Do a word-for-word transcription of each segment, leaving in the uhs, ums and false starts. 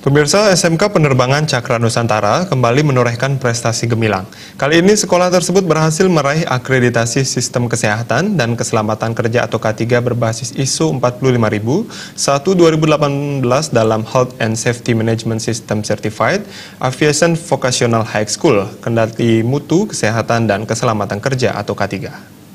Pemirsa, S M K Penerbangan Cakra Nusantara kembali menorehkan prestasi gemilang. Kali ini sekolah tersebut berhasil meraih akreditasi Sistem Kesehatan dan Keselamatan Kerja atau K tiga berbasis I S O empat puluh lima ribu satu dua ribu delapan belas dalam Health and Safety Management System Certified Aviation Vocational High School, kendali mutu kesehatan dan keselamatan kerja atau K tiga.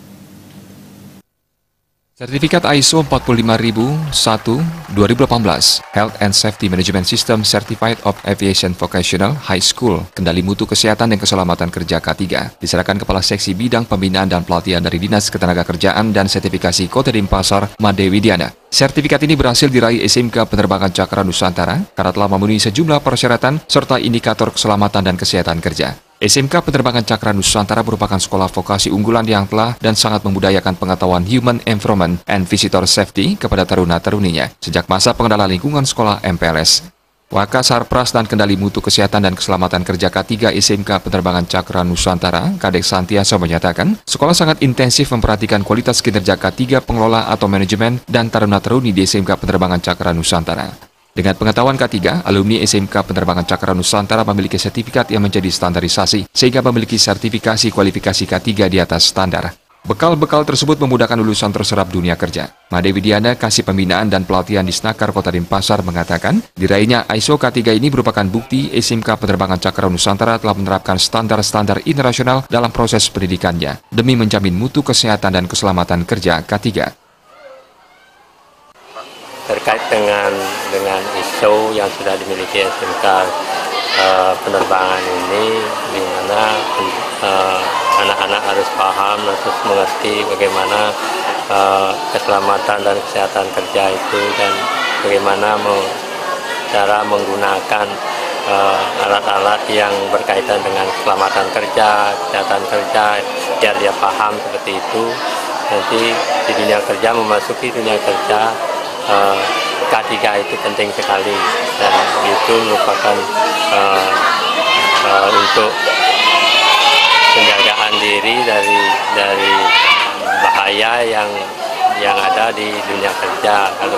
Sertifikat I S O empat puluh lima ribu satu dua ribu delapan belas Health and Safety Management System Certified of Aviation Vocational High School, kendali mutu kesehatan dan keselamatan kerja K tiga, diserahkan Kepala Seksi Bidang Pembinaan dan Pelatihan dari Dinas Ketenagakerjaan dan Sertifikasi Kota Denpasar, Made Widiana. Sertifikat ini berhasil diraih S M K Penerbangan Cakra Nusantara karena telah memenuhi sejumlah persyaratan serta indikator keselamatan dan kesehatan kerja. S M K Penerbangan Cakra Nusantara merupakan sekolah vokasi unggulan yang telah dan sangat membudayakan pengetahuan Human Environment and Visitor Safety kepada taruna-taruninya sejak masa pengenalan lingkungan sekolah M P L S. Wakasarpras dan Kendali Mutu Kesehatan dan Keselamatan Kerja K tiga S M K Penerbangan Cakra Nusantara, Kadek Santiaso menyatakan, sekolah sangat intensif memperhatikan kualitas kinerja K tiga pengelola atau manajemen dan taruna-taruni di S M K Penerbangan Cakra Nusantara. Dengan pengetahuan K tiga, alumni S M K Penerbangan Cakra Nusantara memiliki sertifikat yang menjadi standarisasi, sehingga memiliki sertifikasi kualifikasi K tiga di atas standar. Bekal-bekal tersebut memudahkan lulusan terserap dunia kerja. Made Widiana, Kasih Pembinaan dan Pelatihan di Snakar Kota Denpasar mengatakan, diraihnya I S O K tiga ini merupakan bukti S M K Penerbangan Cakra Nusantara telah menerapkan standar-standar internasional dalam proses pendidikannya, demi menjamin mutu kesehatan dan keselamatan kerja K tiga. Terkait dengan dengan I S O yang sudah dimiliki S M K uh, penerbangan ini, di mana uh, anak-anak harus paham, harus mengerti bagaimana uh, keselamatan dan kesehatan kerja itu, dan bagaimana meng, cara menggunakan alat-alat uh, yang berkaitan dengan keselamatan kerja, kesehatan kerja, biar dia paham seperti itu. Nanti di dunia kerja, memasuki dunia kerja, Uh, K tiga itu penting sekali, dan itu merupakan uh, uh, untuk penjagaan diri dari dari bahaya yang yang ada di dunia kerja. Kalau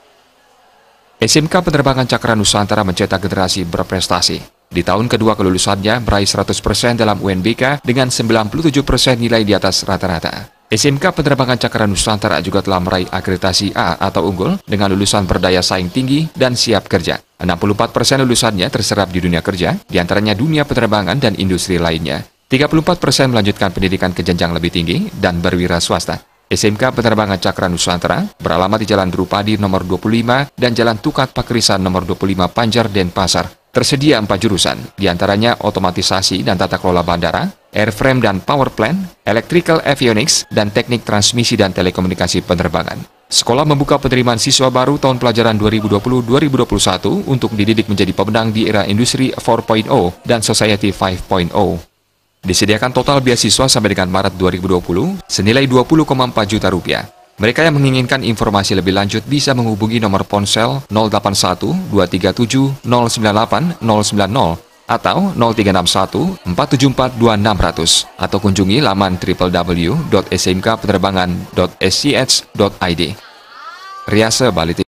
S M K Penerbangan Cakra Nusantara mencetak generasi berprestasi. Di tahun kedua kelulusannya meraih seratus persen dalam U N B K dengan sembilan puluh tujuh persen nilai di atas rata-rata. S M K Penerbangan Cakra Nusantara juga telah meraih akreditasi A atau unggul dengan lulusan berdaya saing tinggi dan siap kerja. enam puluh empat persen lulusannya terserap di dunia kerja, diantaranya dunia penerbangan dan industri lainnya. tiga puluh empat persen melanjutkan pendidikan ke jenjang lebih tinggi dan berwira swasta. S M K Penerbangan Cakra Nusantara beralamat di Jalan Drupadi nomor dua puluh lima dan Jalan Tukat Pakrisan nomor dua puluh lima Panjar, Denpasar. Tersedia empat jurusan, diantaranya otomatisasi dan tata kelola bandara, airframe dan power plant, electrical avionics, dan teknik transmisi dan telekomunikasi penerbangan. Sekolah membuka penerimaan siswa baru tahun pelajaran dua ribu dua puluh dua ribu dua puluh satu untuk dididik menjadi pemenang di era industri empat titik nol dan society lima titik nol. Disediakan total beasiswa sampai dengan Maret dua ribu dua puluh senilai dua puluh koma empat juta rupiah. Mereka yang menginginkan informasi lebih lanjut bisa menghubungi nomor ponsel nol delapan satu dua tiga tujuh nol sembilan delapan nol sembilan nol atau nol tiga enam satu empat tujuh empat dua enam nol nol atau kunjungi laman w w w dot s m k penerbangan dot s c h dot i d. Riase Bali.